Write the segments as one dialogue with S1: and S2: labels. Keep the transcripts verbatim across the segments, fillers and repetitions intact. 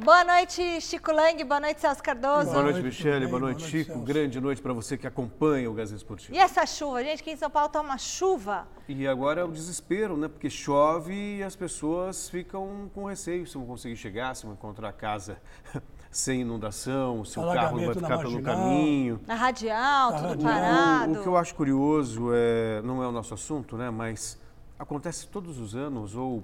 S1: Boa noite, Chico Lang. Boa noite, Celso Cardoso.
S2: Boa noite, Michele. Boa noite, Chico. Boa noite, grande noite para você que acompanha o Gazeta Esportivo.
S1: E essa chuva? Gente, aqui em São Paulo tá uma chuva.
S2: E agora é o desespero, né? Porque chove e as pessoas ficam com receio se vão conseguir chegar, se vão encontrar a casa sem inundação, se o carro vai ficar pelo caminho.
S1: Na radial,
S2: Na
S1: tudo
S2: radial.
S1: parado.
S2: O, o que eu acho curioso, é, não é o nosso assunto, né? Mas acontece todos os anos, ou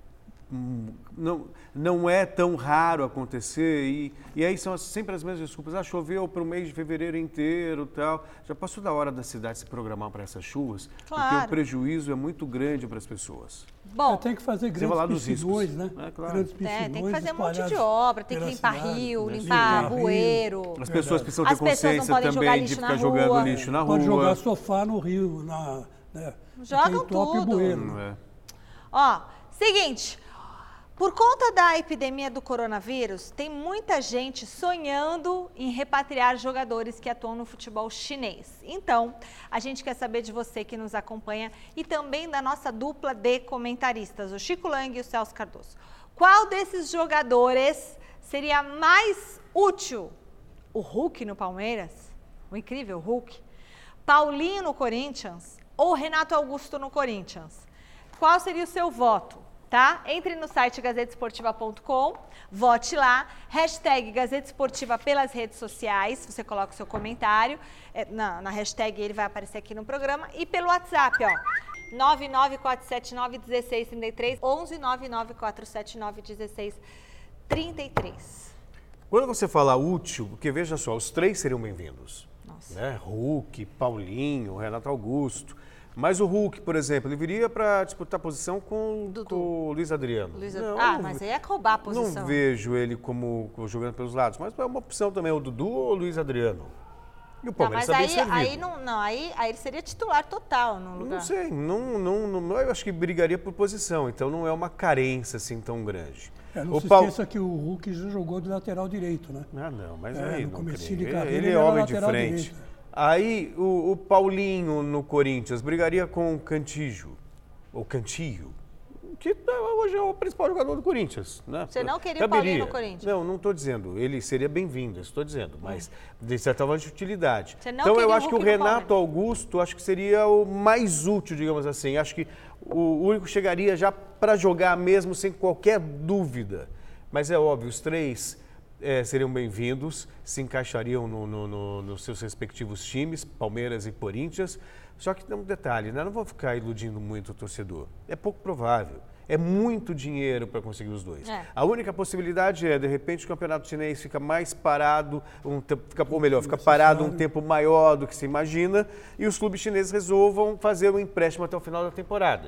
S2: Não, não é tão raro acontecer e, e aí são sempre as mesmas desculpas. Ah, choveu para o mês de fevereiro inteiro e tal. Já passou da hora da cidade se programar para essas chuvas,
S1: claro.
S2: Porque o prejuízo é muito grande para as pessoas.
S3: Bom, é, tem que fazer grandes piscinões, né?
S2: É, claro.
S3: Grandes piscinões,
S1: é, tem que fazer um monte de obra, tem que limpar cidade, rio, né? limpar limpar bueiro.
S2: Rio. As pessoas precisam ter
S1: as
S2: consciência também de ficar jogando lixo na rua.
S3: Pode jogar sofá no rio, na, né?
S1: Jogam tudo.
S3: Bueiro,
S2: hum,
S3: né?
S2: é.
S1: Ó, seguinte... Por conta da epidemia do coronavírus, tem muita gente sonhando em repatriar jogadores que atuam no futebol chinês. Então, a gente quer saber de você que nos acompanha e também da nossa dupla de comentaristas, o Chico Lang e o Celso Cardoso. Qual desses jogadores seria mais útil? O Hulk no Palmeiras? O incrível Hulk? Paulinho no Corinthians? Ou Renato Augusto no Corinthians? Qual seria o seu voto? Tá? Entre no site gazeta esportiva ponto com, vote lá, hashtag Gazeta Esportiva pelas redes sociais, você coloca o seu comentário, é, na, na hashtag ele vai aparecer aqui no programa, e pelo WhatsApp, ó, nove nove quatro sete nove um seis três três, onze nove nove quatro sete nove um seis três três.
S2: Quando você fala útil, porque veja só, os três seriam bem-vindos,
S1: Nossa.
S2: né? Hulk, Paulinho, Renato Augusto. Mas o Hulk, por exemplo, ele viria para disputar posição com, com o Luiz Adriano.
S1: Luiz Ad... não, ah, não, mas aí é roubar a posição.
S2: Não vejo ele como, como jogando pelos lados, mas é uma opção também, o Dudu ou o Luiz Adriano. E o Palmeiras
S1: não, mas
S2: também
S1: aí, aí não, não aí, aí ele seria titular total no lugar.
S2: Não sei, não, não, não, eu acho que brigaria por posição, então não é uma carência assim tão grande.
S3: É, não
S2: o
S3: se
S2: Paulo...
S3: esqueça que o Hulk já jogou de lateral direito, né?
S2: Ah, não, mas
S3: é,
S2: aí
S3: no
S2: não
S3: comecinho
S2: creio.
S3: de carreira,
S2: ele,
S3: ele
S2: é homem de frente.
S3: Direito.
S2: Aí o, o Paulinho no Corinthians brigaria com o Cantillo, ou Cantillo, que hoje é o principal jogador do Corinthians, né?
S1: Você não queria
S2: Caberia.
S1: o Paulinho no Corinthians?
S2: Não, não estou dizendo. Ele seria bem-vindo, estou dizendo, mas de certa forma de utilidade.
S1: Você não
S2: então eu
S1: queria
S2: acho
S1: o
S2: que o
S1: Hulk no
S2: Renato Augusto acho que seria o mais útil, digamos assim. Acho que o único chegaria já para jogar mesmo sem qualquer dúvida. Mas é óbvio, os três é, seriam bem-vindos, se encaixariam no, no, no, nos seus respectivos times, Palmeiras e Corinthians. Só que tem um detalhe, né? Não vou ficar iludindo muito o torcedor. É pouco provável. É muito dinheiro para conseguir os dois.
S1: É.
S2: A única possibilidade é, de repente, o campeonato chinês fica mais parado, um tempo, fica, ou melhor, fica parado um tempo maior do que se imagina e os clubes chineses resolvam fazer o empréstimo até o final da temporada.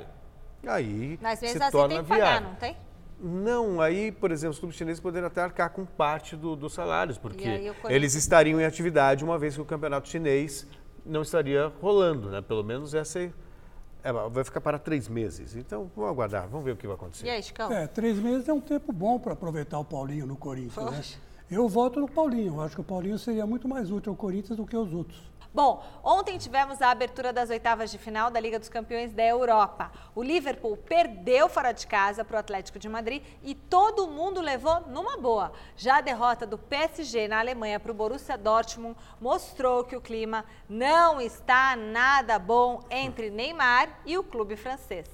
S2: Aí
S1: Mas mesmo
S2: se
S1: assim
S2: torna
S1: tem que
S2: viável.
S1: pagar, não tem?
S2: Não, aí, por exemplo, os clubes chineses poderiam até arcar com parte do, dos salários, porque
S1: aí,
S2: eles estariam em atividade uma vez que o campeonato chinês não estaria rolando, né? Pelo menos essa é, vai ficar para três meses. Então, vamos aguardar, vamos ver o que vai acontecer.
S1: E aí, Chicão?
S3: É, três meses é um tempo bom para aproveitar o Paulinho no Corinthians, né? Eu voto no Paulinho, eu acho que o Paulinho seria muito mais útil ao Corinthians do que os outros.
S1: Bom, ontem tivemos a abertura das oitavas de final da Liga dos Campeões da Europa. O Liverpool perdeu fora de casa para o Atlético de Madrid e todo mundo levou numa boa. Já a derrota do P S G na Alemanha para o Borussia Dortmund mostrou que o clima não está nada bom entre Neymar e o clube francês.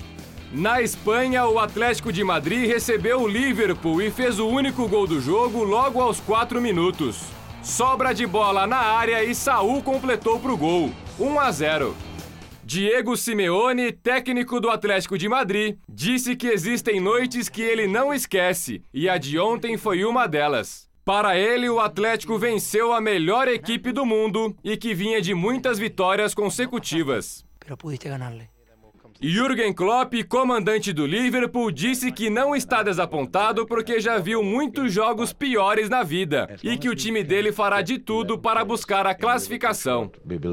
S4: Na Espanha, o Atlético de Madrid recebeu o Liverpool e fez o único gol do jogo logo aos quatro minutos. Sobra de bola na área e Saúl completou para o gol, um a zero. Diego Simeone, técnico do Atlético de Madrid, disse que existem noites que ele não esquece, e a de ontem foi uma delas. Para ele, o Atlético venceu a melhor equipe do mundo e que vinha de muitas vitórias consecutivas.
S5: Pero pudiste ganarle.
S4: Jürgen Klopp, comandante do Liverpool, disse que não está desapontado porque já viu muitos jogos piores na vida e que o time dele fará de tudo para buscar a classificação.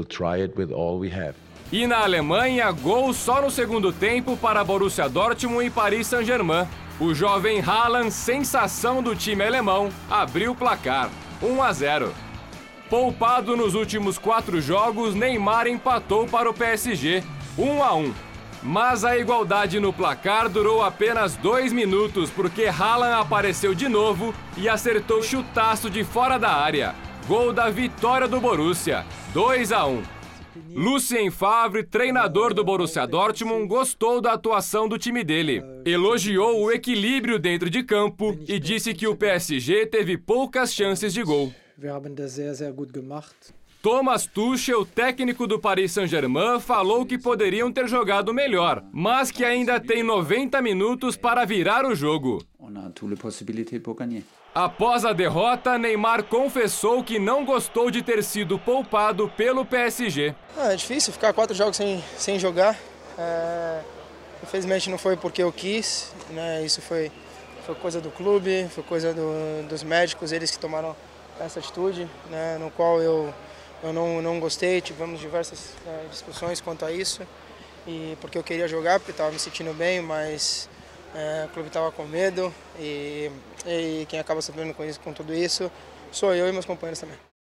S4: E na Alemanha, gol só no segundo tempo para Borussia Dortmund e Paris Saint-Germain. O jovem Haaland, sensação do time alemão, abriu o placar, um a zero. Poupado nos últimos quatro jogos, Neymar empatou para o P S G, um a um. Mas a igualdade no placar durou apenas dois minutos, porque Haaland apareceu de novo e acertou chutaço de fora da área. Gol da vitória do Borussia, dois a um. Lucien Favre, treinador do Borussia Dortmund, gostou da atuação do time dele. Elogiou o equilíbrio dentro de campo e disse que o P S G teve poucas chances de gol. Thomas Tuchel, técnico do Paris Saint-Germain, falou que poderiam ter jogado melhor, mas que ainda tem noventa minutos para virar o jogo. Após a derrota, Neymar confessou que não gostou de ter sido poupado pelo P S G.
S5: Ah, é difícil ficar quatro jogos sem, sem jogar. É, infelizmente não foi porque eu quis, né? Isso foi, foi coisa do clube, foi coisa do, dos médicos, eles que tomaram essa atitude, né? No qual eu, eu não, não gostei. Tivemos diversas é, discussões quanto a isso, e porque eu queria jogar, porque estava me sentindo bem, mas... É, o clube estava com medo e, e quem acaba sofrendo com, isso, com tudo isso sou eu e meus companheiros também.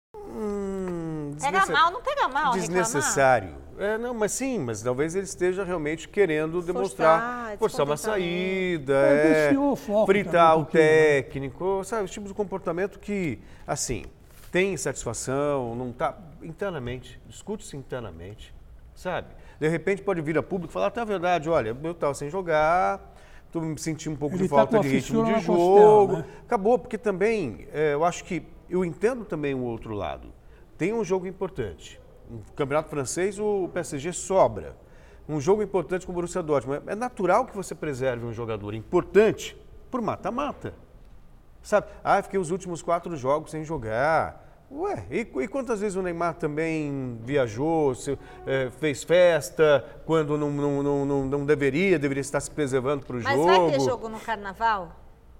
S1: Hum, pega mal, não pega mal.
S2: Desnecessário. É, não, mas sim, mas talvez ele esteja realmente querendo forçar, demonstrar, forçar uma saída, é, é, o fritar o técnico, sabe, os tipos de comportamento que, assim, tem satisfação, não está internamente, discute-se internamente, sabe? De repente pode vir a público e falar, tá, a verdade, olha, eu estava sem jogar... Tu me senti um pouco
S3: Ele
S2: de falta
S3: tá
S2: de ritmo de jogo. Costela, né? Acabou, porque também, é, eu acho que, eu entendo também o outro lado. Tem um jogo importante. No Campeonato Francês, o P S G sobra. Um jogo importante com o Borussia Dortmund. É natural que você preserve um jogador importante por mata-mata. Sabe? Ah, fiquei os últimos quatro jogos sem jogar. Ué, e, e quantas vezes o Neymar também viajou, se, é, fez festa, quando não, não, não, não, não deveria, deveria estar se preservando para o jogo?
S1: Mas vai ter jogo no Carnaval?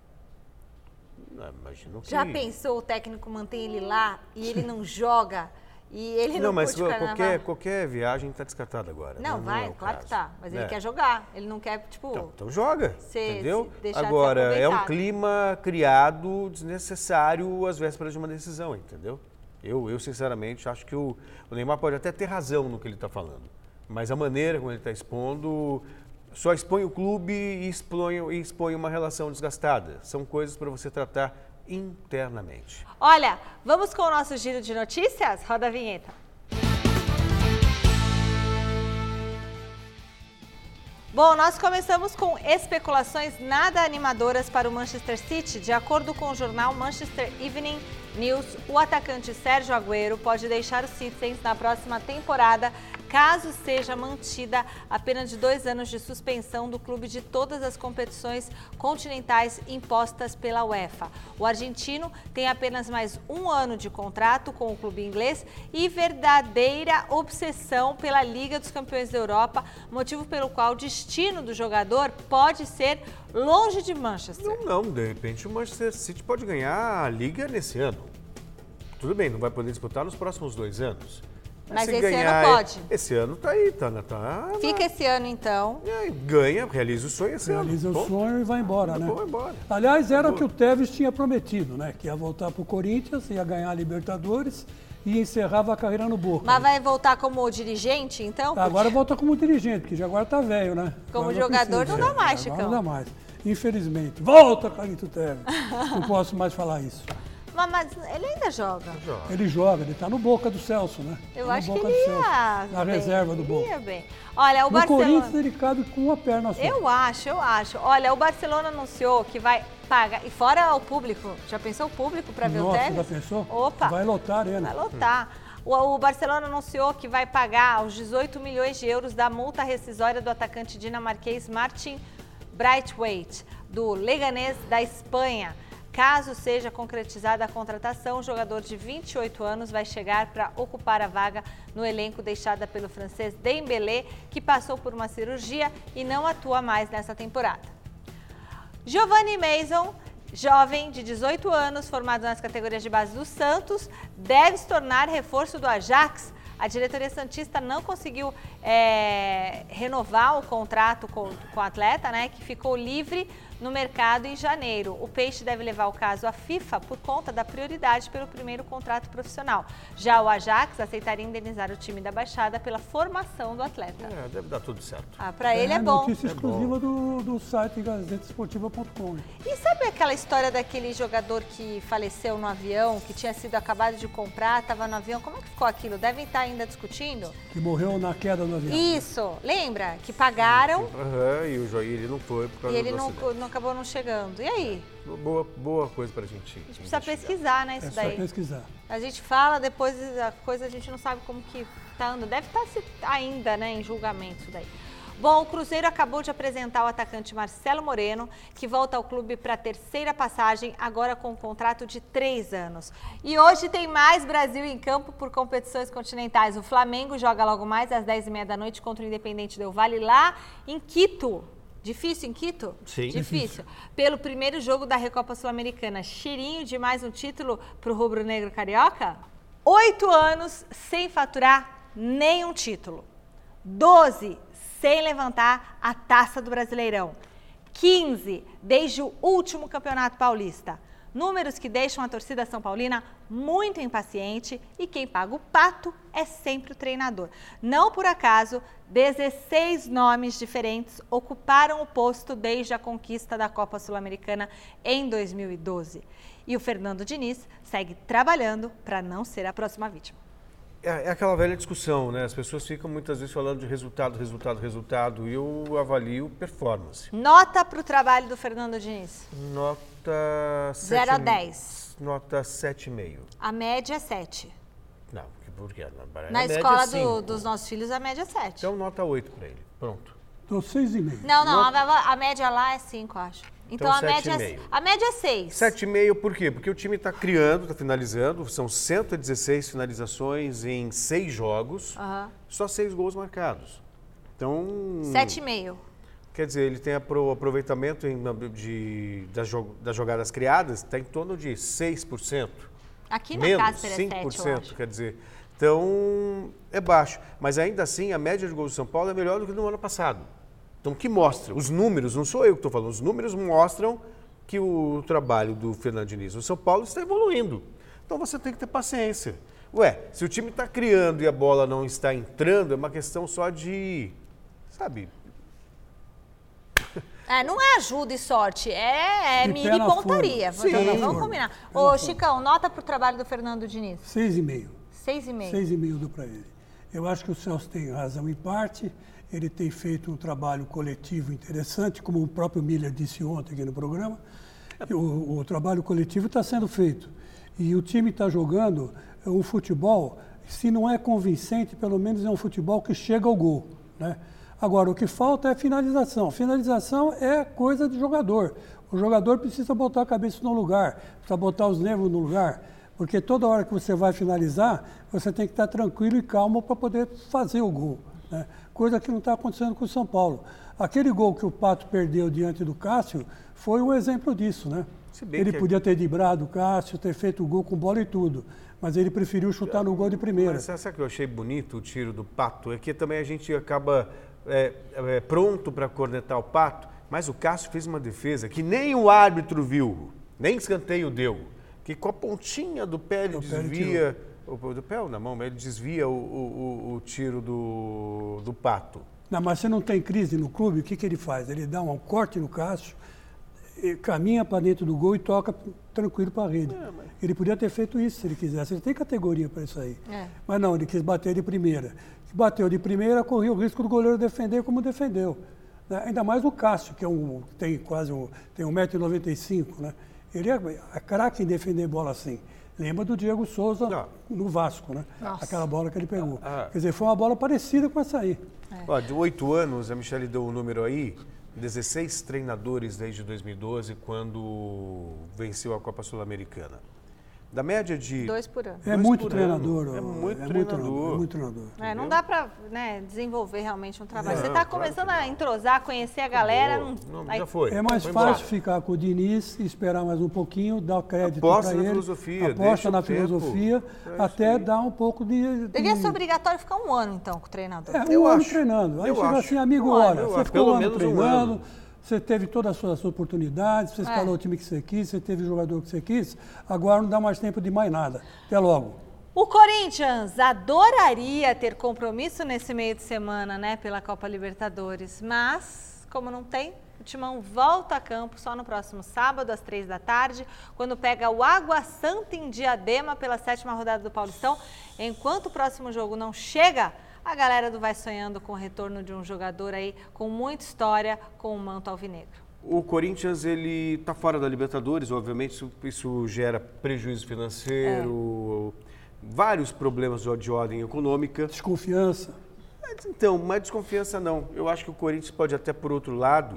S2: Não, imagino que...
S1: Já pensou o técnico manter ele lá e ele não joga? E ele não,
S2: não mas
S1: curte o Carnaval?
S2: qualquer, qualquer viagem está descartada agora.
S1: Não,
S2: não
S1: vai,
S2: não é
S1: claro
S2: caso.
S1: que tá. Mas ele
S2: é.
S1: quer jogar. Ele não quer, tipo...
S2: Então, então joga,
S1: ser,
S2: entendeu?
S1: Se
S2: Agora,
S1: de
S2: é um clima criado desnecessário às vésperas de uma decisão, entendeu? Eu, eu sinceramente, acho que o, o Neymar pode até ter razão no que ele está falando. Mas a maneira como ele está expondo... Só expõe o clube e expõe, e expõe uma relação desgastada. São coisas para você tratar internamente.
S1: Olha, vamos com o nosso giro de notícias? Roda a vinheta. Bom, nós começamos com especulações nada animadoras para o Manchester City. De acordo com o jornal Manchester Evening News, o atacante Sérgio Agüero pode deixar os Citizens na próxima temporada, caso seja mantida a pena de dois anos de suspensão do clube de todas as competições continentais impostas pela UEFA. O argentino tem apenas mais um ano de contrato com o clube inglês e verdadeira obsessão pela Liga dos Campeões da Europa, motivo pelo qual o destino do jogador pode ser longe de Manchester.
S2: Não, não, de repente o Manchester City pode ganhar a Liga nesse ano. Tudo bem, não vai poder disputar nos próximos dois anos.
S1: Mas
S2: Se
S1: esse
S2: ganhar,
S1: ano pode.
S2: Esse ano tá aí, tá, tá.
S1: Fica esse ano então.
S2: É, ganha, realiza o sonho esse
S3: realiza
S2: ano.
S3: Realiza o sonho e vai embora, né?
S2: Vai embora.
S3: Aliás, era o que o Tevez tinha prometido, né? Que ia voltar pro Corinthians, ia ganhar a Libertadores e encerrava a carreira no Boca.
S1: Mas vai voltar como dirigente, então?
S3: Agora volta como dirigente, porque já agora tá velho, né?
S1: Como
S3: agora
S1: jogador não, não dá mais, Chicão.
S3: Não dá mais. Infelizmente. Volta, Carlito Tevez. Não posso mais falar isso.
S1: Mas, mas ele ainda joga.
S3: Ele joga, ele tá no Boca do Celso, né?
S1: Eu
S3: tá
S1: acho
S3: Boca
S1: que ele ia
S3: Na
S1: bem,
S3: reserva do Boca.
S1: Ia bem. Olha, o
S3: no
S1: Barcelona...
S3: Corinthians ele cabe com uma perna só.
S1: Eu acho, eu acho. Olha, o Barcelona anunciou que vai pagar... E fora o público. Já pensou o público para ver
S3: Nossa,
S1: o Tevez?
S3: já pensou?
S1: Opa!
S3: Vai lotar a arena.
S1: Vai lotar. O, o Barcelona anunciou que vai pagar os dezoito milhões de euros da multa rescisória do atacante dinamarquês Martin Braithwaite, do Leganés da Espanha. Caso seja concretizada a contratação, o jogador de vinte e oito anos vai chegar para ocupar a vaga no elenco deixada pelo francês Dembélé, que passou por uma cirurgia e não atua mais nessa temporada. Giovanni Mason, jovem de dezoito anos, formado nas categorias de base do Santos, deve se tornar reforço do Ajax. A diretoria santista não conseguiu é, renovar o contrato com, com o atleta, né, que ficou livre no mercado em janeiro. O Peixe deve levar o caso à FIFA por conta da prioridade pelo primeiro contrato profissional. Já o Ajax aceitaria indenizar o time da Baixada pela formação do atleta.
S2: É, deve dar tudo certo.
S1: Ah, para ele é bom.
S3: Notícia
S2: É
S3: exclusiva
S2: bom.
S3: do, do site gazeta esportiva ponto com.
S1: E sabe aquela história daquele jogador que faleceu no avião, que tinha sido acabado de comprar, estava no avião? Como é que ficou aquilo? Devem estar ainda discutindo?
S3: Que morreu na queda do avião.
S1: Isso, lembra? Que pagaram
S2: Aham, e o Joí, ele não foi por causa
S1: e ele
S2: do
S1: não,
S2: acidente.
S1: não acabou não chegando. E aí?
S2: Boa, boa coisa pra gente.
S1: A gente precisa pesquisar, né, isso
S3: É só
S1: daí.
S3: pesquisar.
S1: A gente fala, depois a coisa a gente não sabe como que tá andando. Deve estar se- ainda, né, em julgamento isso daí. Bom, o Cruzeiro acabou de apresentar o atacante Marcelo Moreno, que volta ao clube para a terceira passagem, agora com um contrato de três anos. E hoje tem mais Brasil em campo por competições continentais. O Flamengo joga logo mais às dez e meia da noite contra o Independente Del Valle lá em Quito. Difícil em Quito?
S2: Sim.
S1: Difícil. Pelo primeiro jogo da Recopa Sul-Americana. Cheirinho de mais um título para o rubro-negro carioca? Oito anos sem faturar nenhum título. Doze sem levantar a taça do Brasileirão. quinze desde o último Campeonato Paulista. Números que deixam a torcida São Paulina muito impaciente e quem paga o pato é sempre o treinador. Não por acaso, dezesseis nomes diferentes ocuparam o posto desde a conquista da Copa Sul-Americana em dois mil e doze. E o Fernando Diniz segue trabalhando para não ser a próxima vítima.
S2: É, é aquela velha discussão, né? As pessoas ficam muitas vezes falando de resultado, resultado, resultado, e eu avalio performance.
S1: Nota para o trabalho do Fernando Diniz.
S2: Nota...
S1: zero a
S2: sete
S1: dez.
S2: Nota sete vírgula cinco.
S1: A média é sete.
S2: Não, por quê? Na,
S1: Na escola do- dos nossos filhos, a média é sete.
S2: Então, nota oito para ele. Pronto.
S3: Dou seis e meio.
S1: Não, não, a, a média lá é cinco, acho. Então,
S2: Então,
S1: a, média é,
S2: sete e meio.
S1: a média é seis.
S2: sete vírgula cinco por quê? Porque o time está criando, está finalizando, são cento e dezesseis finalizações em seis jogos,
S1: Aham.
S2: só seis gols marcados. Então...
S1: sete e meio.
S2: Quer dizer, ele tem apro- aproveitamento em- de, das, jo- das jogadas criadas, está em torno de seis por cento.
S1: Aqui na
S2: Menos,
S1: Cásper é
S2: cinco por
S1: sete, eu
S2: cento,
S1: acho.
S2: quer dizer. Então, é baixo. Mas ainda assim, a média de gols do São Paulo é melhor do que no ano passado. Então, o que mostra? Os números, não sou eu que estou falando, os números mostram que o trabalho do Fernando Diniz no São Paulo está evoluindo. Então, você tem que ter paciência. Ué, se o time está criando e a bola não está entrando, é uma questão só de, sabe...
S1: É, não é ajuda e sorte, é, é
S3: E
S1: mira
S3: pé
S1: e
S3: na
S1: pontaria.
S3: forma.
S1: Também,
S2: Sim.
S1: vamos combinar.
S3: Pé
S1: Ô,
S3: na
S1: Chicão, nota pro trabalho do Fernando Diniz.
S3: Seis e meio.
S1: Seis e meio.
S3: Seis e meio dou para ele. Eu acho que o Celso tem razão em parte. Ele tem feito um trabalho coletivo interessante, como o próprio Miller disse ontem aqui no programa. O, o trabalho coletivo está sendo feito. E o time está jogando um futebol, se não é convincente, pelo menos é um futebol que chega ao gol, né? Agora, o que falta é finalização. Finalização é coisa de jogador. O jogador precisa botar a cabeça no lugar, precisa botar os nervos no lugar. Porque toda hora que você vai finalizar, você tem que estar tranquilo e calmo para poder fazer o gol, né? Coisa que não está acontecendo com o São Paulo. Aquele gol que o Pato perdeu diante do Cássio foi um exemplo disso, né?
S2: Se bem
S3: Ele
S2: que-
S3: podia ter driblado o Cássio, ter feito o gol com bola e tudo, mas ele preferiu chutar no gol de primeira.
S2: Mas sabe o que eu achei bonito, o tiro do Pato? É que também a gente acaba é, é, pronto para cornetar o Pato, mas o Cássio fez uma defesa que nem o árbitro viu, nem escanteio deu. Que com a pontinha do pé ele
S3: O pé ele
S2: desvia... O, do pé ou na mão, mas ele desvia o, o, o- o tiro do, do Pato.
S3: Não, mas se não tem crise no clube, o que, que ele faz? Ele dá um corte no Cássio, e caminha para dentro do gol e toca tranquilo para a rede. Ele podia ter feito isso se ele quisesse. Ele tem categoria para isso aí.
S1: É.
S3: Mas não, ele quis bater de primeira. Bateu de primeira, corria o risco do goleiro defender como defendeu, né? Ainda mais o Cássio, que é um, tem quase um, tem um metro e noventa e cinco, né? Ele é, é craque em defender bola assim. Lembra do Diego Souza
S2: Não.
S3: no Vasco, né?
S1: Nossa.
S3: Aquela bola que ele pegou.
S2: Ah.
S3: Quer dizer, foi uma bola parecida com essa aí.
S2: Ó, de oito anos, a Michele deu um número aí, dezesseis treinadores desde dois mil e doze, quando venceu a Copa Sul-Americana. Da média de...
S1: Dois por ano.
S3: É muito treinador.
S2: É
S3: ó,
S2: muito
S3: é
S2: treinador.
S3: É muito treinador.
S1: É, não dá para, né, desenvolver realmente um trabalho.
S2: Não,
S1: Você está
S2: claro
S1: começando
S2: que não.
S1: a entrosar, conhecer a galera.
S2: Acabou.
S1: Não,
S2: Não,
S1: aí-
S2: já foi.
S3: É mais
S2: Foi
S3: fácil
S2: embora.
S3: ficar com o Diniz, esperar mais um pouquinho, dar crédito
S2: Aposta
S3: para
S2: na
S3: ele.
S2: filosofia,
S3: aposta
S2: deixa
S3: na
S2: o tempo.
S3: filosofia,
S2: É isso
S3: até
S2: aí.
S3: dar um pouco de...
S1: Devia
S3: de-
S1: ser obrigatório ficar um ano, então, com o treinador.
S3: É, um
S2: Eu
S3: ano
S2: acho.
S3: treinando. Aí
S2: Eu
S3: chega
S2: acho.
S3: assim, amigo,
S1: Um ano,
S3: olha,
S2: eu
S3: você
S2: acho.
S3: ficou
S2: Pelo
S3: um ano
S2: menos um
S3: treinando,
S2: ano.
S3: você teve todas as suas oportunidades, você
S1: É.
S3: escalou o time que você quis, você teve o jogador que você quis, agora não dá mais tempo de mais nada. Até logo.
S1: O Corinthians adoraria ter compromisso nesse meio de semana, né, pela Copa Libertadores, mas, como não tem, o Timão volta a campo só no próximo sábado, às três da tarde, quando pega o Água Santa em Diadema pela sétima rodada do Paulistão. Enquanto o próximo jogo não chega, a galera do Vai Sonhando com o retorno de um jogador aí com muita história, com o manto alvinegro.
S2: O Corinthians, ele está fora da Libertadores, obviamente isso, isso gera prejuízo financeiro, vários problemas de ordem econômica.
S3: Desconfiança.
S2: Mas, então, mais desconfiança não. Eu acho que o Corinthians pode até, por outro lado,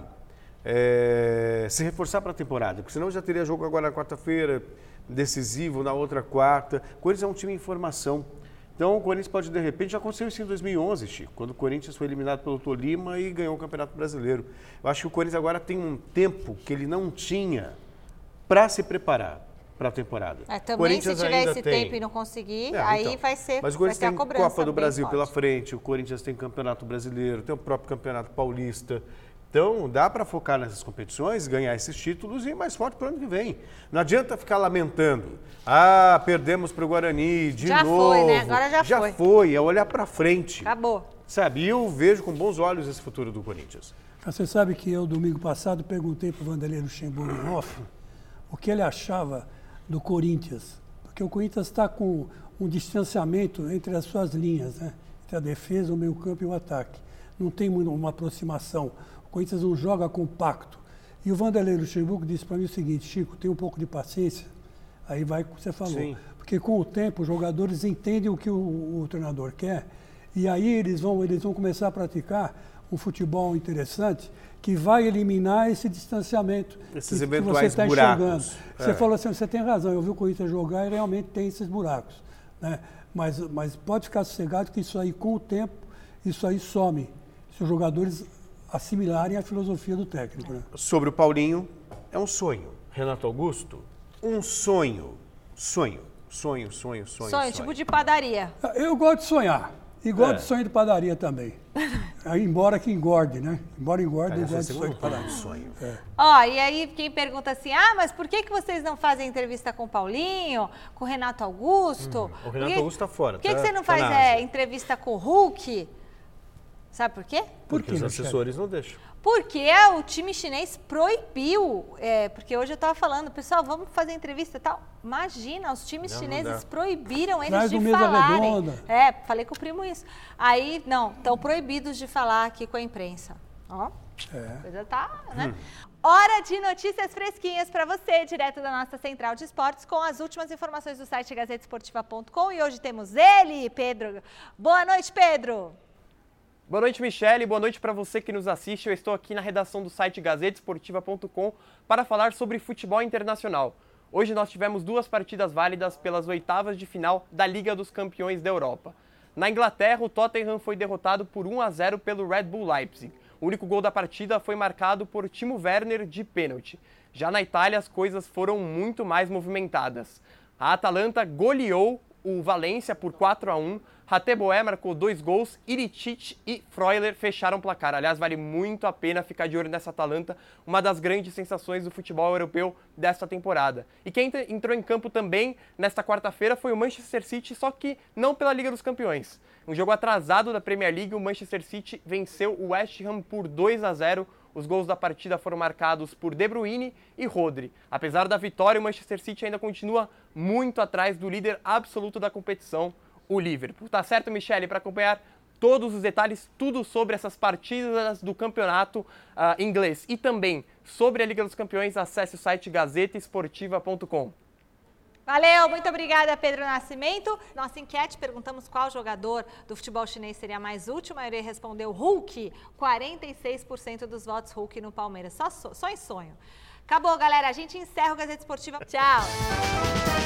S2: é, se reforçar para a temporada, porque senão já teria jogo agora na quarta-feira, decisivo, na outra quarta. O Corinthians é um time em formação. Então, o Corinthians pode, de repente, já aconteceu isso em dois mil e onze, Chico, quando o Corinthians foi eliminado pelo Tolima e ganhou o Campeonato Brasileiro. Eu acho que o Corinthians agora tem um tempo que ele não tinha para se preparar para a temporada.
S1: É,
S2: O
S1: também,
S2: Corinthians
S1: se tiver
S2: ainda
S1: esse
S2: tem-
S1: tempo e não conseguir,
S2: É,
S1: aí
S2: então.
S1: vai ser,
S2: Mas o
S1: vai
S2: Corinthians
S1: ter a
S2: tem
S1: cobrança
S2: Copa do
S1: bem
S2: Brasil
S1: forte.
S2: pela frente, o Corinthians tem Campeonato Brasileiro, tem o próprio Campeonato Paulista. Então, dá para focar nessas competições, ganhar esses títulos e ir mais forte para o ano que vem. Não adianta ficar lamentando. Ah, perdemos para o Guarani de
S1: Já
S2: novo.
S1: foi, né? Agora já
S2: Já
S1: foi.
S2: foi, é olhar para frente.
S1: Acabou.
S2: Sabe, e eu vejo com bons olhos esse futuro do Corinthians.
S3: Você sabe que eu, domingo passado, perguntei para o Vanderlei Luxemburgo em off o que ele achava do Corinthians. Porque o Corinthians está com um distanciamento entre as suas linhas, né? Entre a defesa, o meio-campo e o ataque. Não tem muito uma aproximação. O Corinthians não joga compacto. E o Vanderlei Luxemburgo disse para mim o seguinte: Chico, tem um pouco de paciência. Aí vai o que você falou.
S2: Sim.
S3: Porque com o tempo os jogadores entendem o que o, o treinador quer e aí eles vão, eles vão começar a praticar um futebol interessante que vai eliminar esse distanciamento.
S2: Esses
S3: que,
S2: eventuais
S3: que você está
S2: buracos.
S3: enxergando. Você
S2: É.
S3: falou assim, você tem razão, eu vi o Corinthians jogar e realmente tem esses buracos. Né? Mas, mas pode ficar sossegado que isso aí, com o tempo, isso aí some. Se os jogadores assimilarem a filosofia do técnico. Né?
S2: Sobre o Paulinho, é um sonho. Renato Augusto, um sonho. Sonho, sonho, sonho, sonho.
S1: Sonho, tipo de padaria.
S3: Eu gosto de sonhar. E gosto
S2: É.
S3: de sonho de padaria também. Aí, embora que engorde, né? Embora engorde, eu
S2: Essa
S3: gosto de sonho
S2: segunda
S3: de
S2: fala
S3: padaria.
S2: um sonho.
S1: Ó, e aí quem pergunta assim, ah, mas por que, que vocês não fazem entrevista com o Paulinho, com o Renato Augusto?
S2: o Renato
S1: Por que-
S2: Augusto tá fora,
S1: Por que,
S2: tá-
S1: que você não
S2: tá
S1: faz
S2: na
S1: é,
S2: Ásia.
S1: entrevista com o Hulk? Sabe por quê?
S3: Por
S2: Porque
S3: quê,
S2: os
S3: Michele?
S2: assessores não deixam.
S1: Porque o time chinês proibiu, é, porque hoje eu estava falando, pessoal, vamos fazer entrevista e tal. Imagina, os times
S2: Não, não
S1: chineses
S2: dá.
S1: proibiram eles
S3: Traz
S1: de
S3: um mesa
S1: falarem.
S3: redonda.
S1: É, falei com o primo isso. Aí, não, estão proibidos de falar aqui com a imprensa. Ó,
S3: É.
S1: a coisa tá, né?
S2: Hum.
S1: Hora de notícias fresquinhas para você, direto da nossa central de esportes, com as últimas informações do site gazeta esportiva ponto com. E hoje temos ele, Pedro. Boa noite, Pedro.
S6: Boa noite, Michele. Boa noite para você que nos assiste. Eu estou aqui na redação do site gazeta esportiva ponto com para falar sobre futebol internacional. Hoje nós tivemos duas partidas válidas pelas oitavas de final da Liga dos Campeões da Europa. Na Inglaterra, o Tottenham foi derrotado por um a zero pelo Red Bull Leipzig. O único gol da partida foi marcado por Timo Werner de pênalti. Já na Itália, as coisas foram muito mais movimentadas. A Atalanta goleou o Valência por quatro a um. Hateboer marcou dois gols, Ilicic e Freuler fecharam o placar. Aliás, vale muito a pena ficar de olho nessa Atalanta, uma das grandes sensações do futebol europeu desta temporada. E quem entrou em campo também nesta quarta-feira foi o Manchester City, só que não pela Liga dos Campeões. Um jogo atrasado da Premier League, o Manchester City venceu o West Ham por dois a zero. Os gols da partida foram marcados por De Bruyne e Rodri. Apesar da vitória, o Manchester City ainda continua muito atrás do líder absoluto da competição, o Liverpool. Tá certo, Michele? Para acompanhar todos os detalhes, tudo sobre essas partidas do campeonato uh, inglês e também sobre a Liga dos Campeões, acesse o site gazeta esportiva ponto com.
S1: Valeu, muito obrigada, Pedro Nascimento. Nossa enquete, perguntamos qual jogador do futebol chinês seria mais útil. A maioria respondeu Hulk, quarenta e seis por cento dos votos Hulk no Palmeiras. Só, só em sonho. Acabou, galera. A gente encerra o Gazeta Esportiva. Tchau.